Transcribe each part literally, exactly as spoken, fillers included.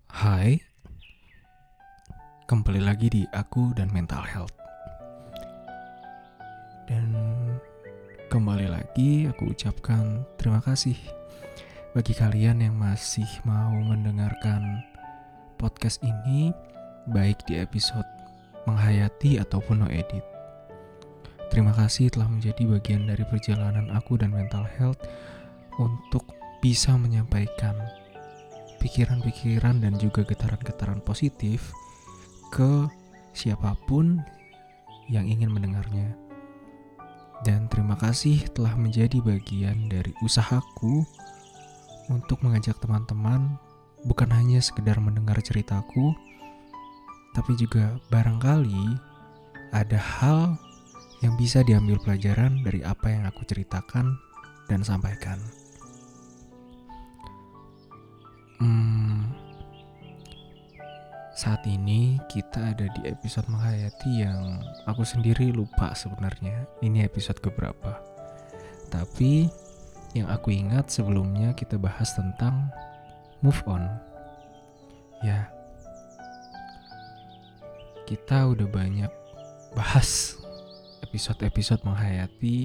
Hai, kembali lagi di Aku dan Mental Health. Dan kembali lagi aku ucapkan terima kasih bagi kalian yang masih mau mendengarkan podcast ini, baik di episode menghayati ataupun no edit. Terima kasih telah menjadi bagian dari perjalanan aku dan Mental Health untuk bisa menyampaikan pikiran-pikiran dan juga getaran-getaran positif ke siapapun yang ingin mendengarnya. Dan terima kasih telah menjadi bagian dari usahaku untuk mengajak teman-teman bukan hanya sekedar mendengar ceritaku, tapi juga barangkali ada hal yang bisa diambil pelajaran dari apa yang aku ceritakan dan sampaikan. Hmm, Saat ini kita ada di episode menghayati yang aku sendiri lupa sebenarnya ini episode keberapa. Tapi yang aku ingat sebelumnya kita bahas tentang move on. Ya, kita udah banyak bahas episode-episode menghayati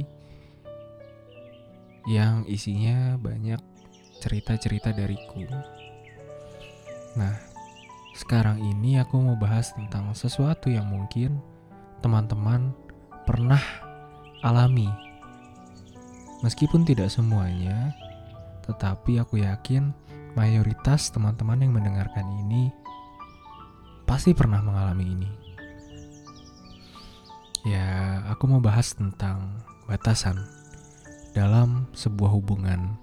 yang isinya banyak cerita-cerita dariku. Nah, sekarang ini aku mau bahas tentang sesuatu yang mungkin teman-teman pernah alami. Meskipun tidak semuanya, tetapi aku yakin mayoritas teman-teman yang mendengarkan ini pasti pernah mengalami ini. Ya, aku mau bahas tentang batasan dalam sebuah hubungan.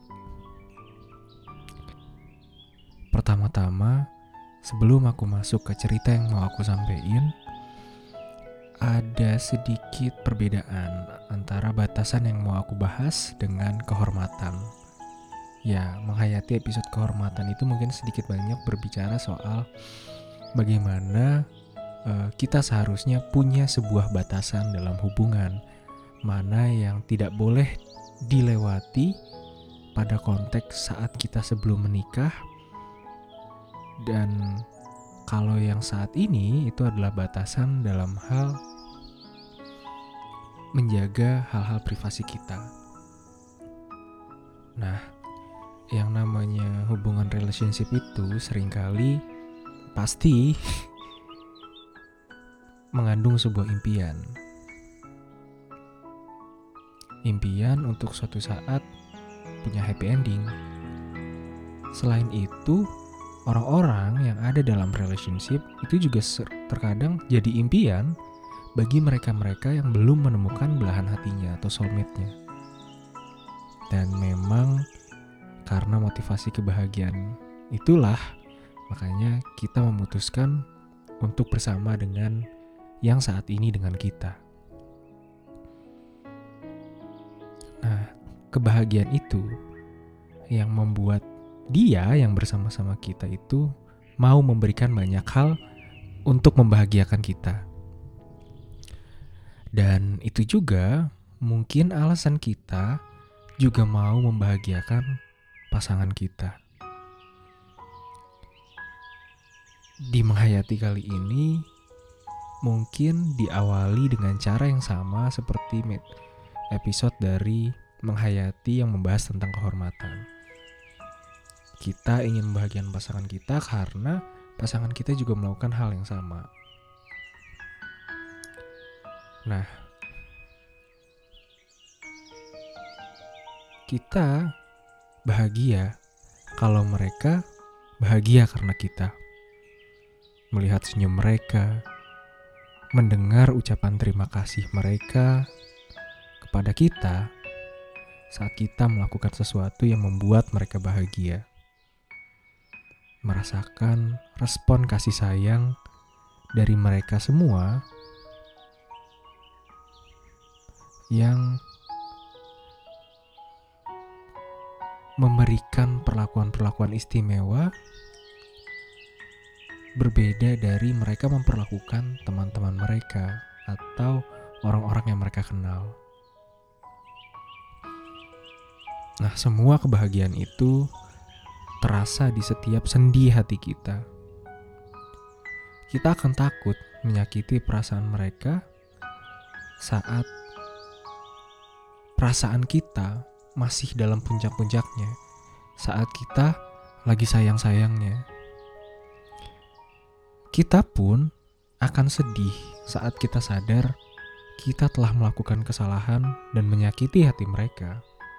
Pertama-tama, sebelum aku masuk ke cerita yang mau aku sampaikan, ada sedikit perbedaan antara batasan yang mau aku bahas dengan kehormatan. Ya, menghayati episode kehormatan itu mungkin sedikit banyak berbicara soal bagaimana uh, kita seharusnya punya sebuah batasan dalam hubungan, mana yang tidak boleh dilewati pada konteks saat kita sebelum menikah. Dan kalau yang saat ini itu adalah batasan dalam hal menjaga hal-hal privasi kita. Nah, yang namanya hubungan relationship itu seringkali pasti mengandung sebuah impian. Impian untuk suatu saat punya happy ending. Selain itu, orang-orang yang ada dalam relationship itu juga terkadang jadi impian bagi mereka-mereka yang belum menemukan belahan hatinya atau soulmate-nya. Dan memang karena motivasi kebahagiaan itulah makanya kita memutuskan untuk bersama dengan yang saat ini dengan kita. Nah, kebahagiaan itu yang membuat dia yang bersama-sama kita itu mau memberikan banyak hal untuk membahagiakan kita. Dan itu juga mungkin alasan kita juga mau membahagiakan pasangan kita. Di menghayati kali ini mungkin diawali dengan cara yang sama seperti episode dari menghayati yang membahas tentang kehormatan. Kita ingin membahagiakan pasangan kita karena pasangan kita juga melakukan hal yang sama. Nah, kita bahagia kalau mereka bahagia karena kita. Melihat senyum mereka, mendengar ucapan terima kasih mereka kepada kita saat kita melakukan sesuatu yang membuat mereka bahagia. Merasakan respon kasih sayang dari mereka semua yang memberikan perlakuan-perlakuan istimewa berbeda dari mereka memperlakukan teman-teman mereka atau orang-orang yang mereka kenal. Nah, semua kebahagiaan itu terasa di setiap sendi hati kita. kita akan takut menyakiti perasaan mereka saat perasaan kita masih dalam puncak-puncaknya, saat kita lagi sayang-sayangnya. Kita pun akan sedih saat kita sadar kita telah melakukan kesalahan dan menyakiti hati mereka.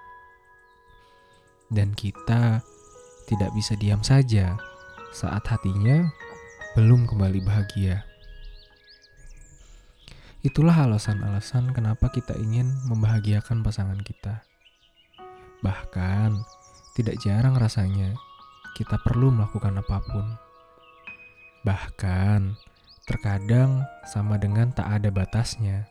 Dan kita tidak bisa diam saja saat hatinya belum kembali bahagia. Itulah alasan-alasan kenapa kita ingin membahagiakan pasangan kita. Bahkan, tidak jarang rasanya kita perlu melakukan apapun. Bahkan, terkadang sama dengan tak ada batasnya.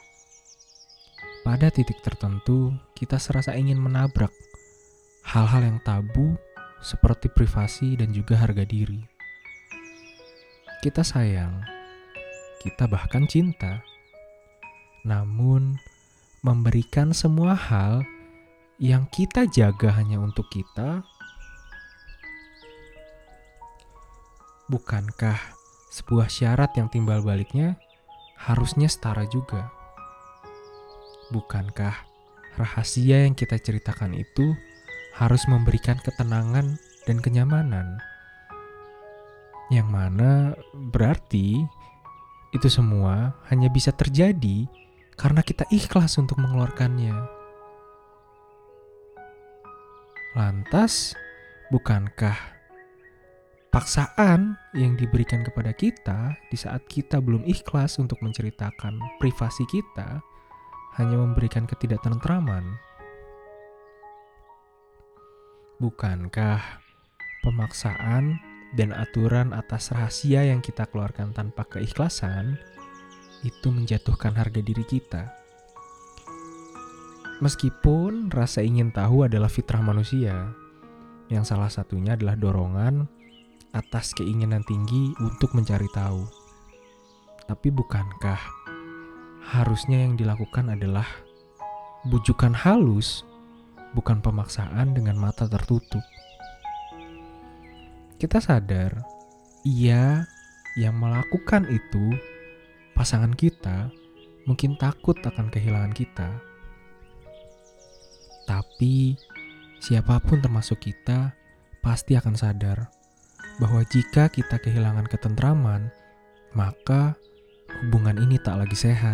Pada titik tertentu, kita serasa ingin menabrak hal-hal yang tabu seperti privasi dan juga harga diri. Kita sayang, kita bahkan cinta. Namun, memberikan semua hal yang kita jaga hanya untuk kita, bukankah sebuah syarat yang timbal baliknya harusnya setara juga? Bukankah rahasia yang kita ceritakan itu harus memberikan ketenangan dan kenyamanan? Yang mana berarti itu semua hanya bisa terjadi karena kita ikhlas untuk mengeluarkannya. Lantas, bukankah paksaan yang diberikan kepada kita di saat kita belum ikhlas untuk menceritakan privasi kita hanya memberikan ketidaktentraman? Bukankah pemaksaan dan aturan atas rahasia yang kita keluarkan tanpa keikhlasan itu menjatuhkan harga diri kita? Meskipun rasa ingin tahu adalah fitrah manusia, yang salah satunya adalah dorongan atas keinginan tinggi untuk mencari tahu. Tapi bukankah harusnya yang dilakukan adalah bujukan halus, bukan pemaksaan dengan mata tertutup? Kita sadar, ia yang melakukan itu, pasangan kita, mungkin takut akan kehilangan kita. Tapi, siapapun termasuk kita, pasti akan sadar bahwa jika kita kehilangan ketentraman, maka hubungan ini tak lagi sehat.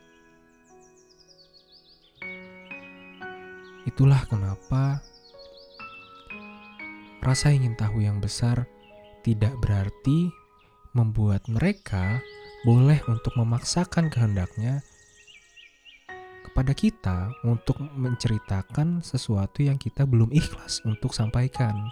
Itulah kenapa rasa ingin tahu yang besar tidak berarti membuat mereka boleh untuk memaksakan kehendaknya kepada kita untuk menceritakan sesuatu yang kita belum ikhlas untuk sampaikan.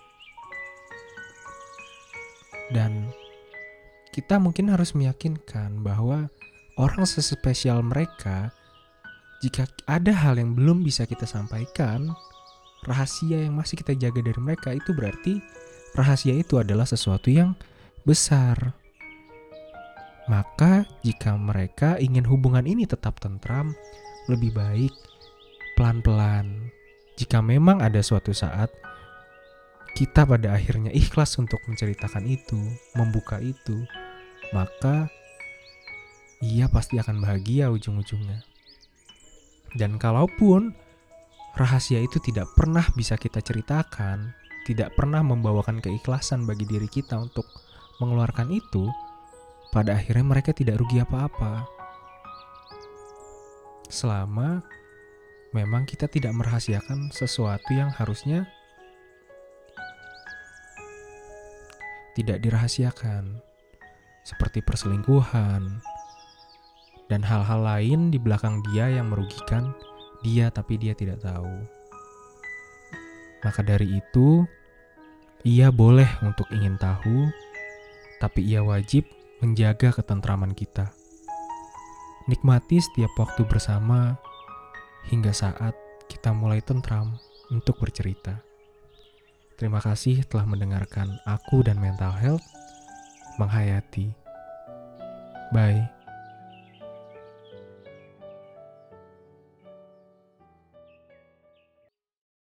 Dan kita mungkin harus meyakinkan bahwa orang sespesial mereka, jika ada hal yang belum bisa kita sampaikan, rahasia yang masih kita jaga dari mereka, itu berarti rahasia itu adalah sesuatu yang besar. Maka jika mereka ingin hubungan ini tetap tentram, lebih baik pelan-pelan. Jika memang ada suatu saat kita pada akhirnya ikhlas untuk menceritakan itu, membuka itu, maka ia pasti akan bahagia ujung-ujungnya. Dan kalaupun rahasia itu tidak pernah bisa kita ceritakan, tidak pernah membawakan keikhlasan bagi diri kita untuk mengeluarkan itu, pada akhirnya mereka tidak rugi apa-apa. Selama memang kita tidak merahasiakan sesuatu yang harusnya tidak dirahasiakan, seperti perselingkuhan dan hal-hal lain di belakang dia yang merugikan dia tapi dia tidak tahu. Maka dari itu, ia boleh untuk ingin tahu, tapi ia wajib menjaga ketentraman kita. Nikmati setiap waktu bersama hingga saat kita mulai tentram untuk bercerita. Terima kasih telah mendengarkan aku dan Mental Health menghayati. Bye.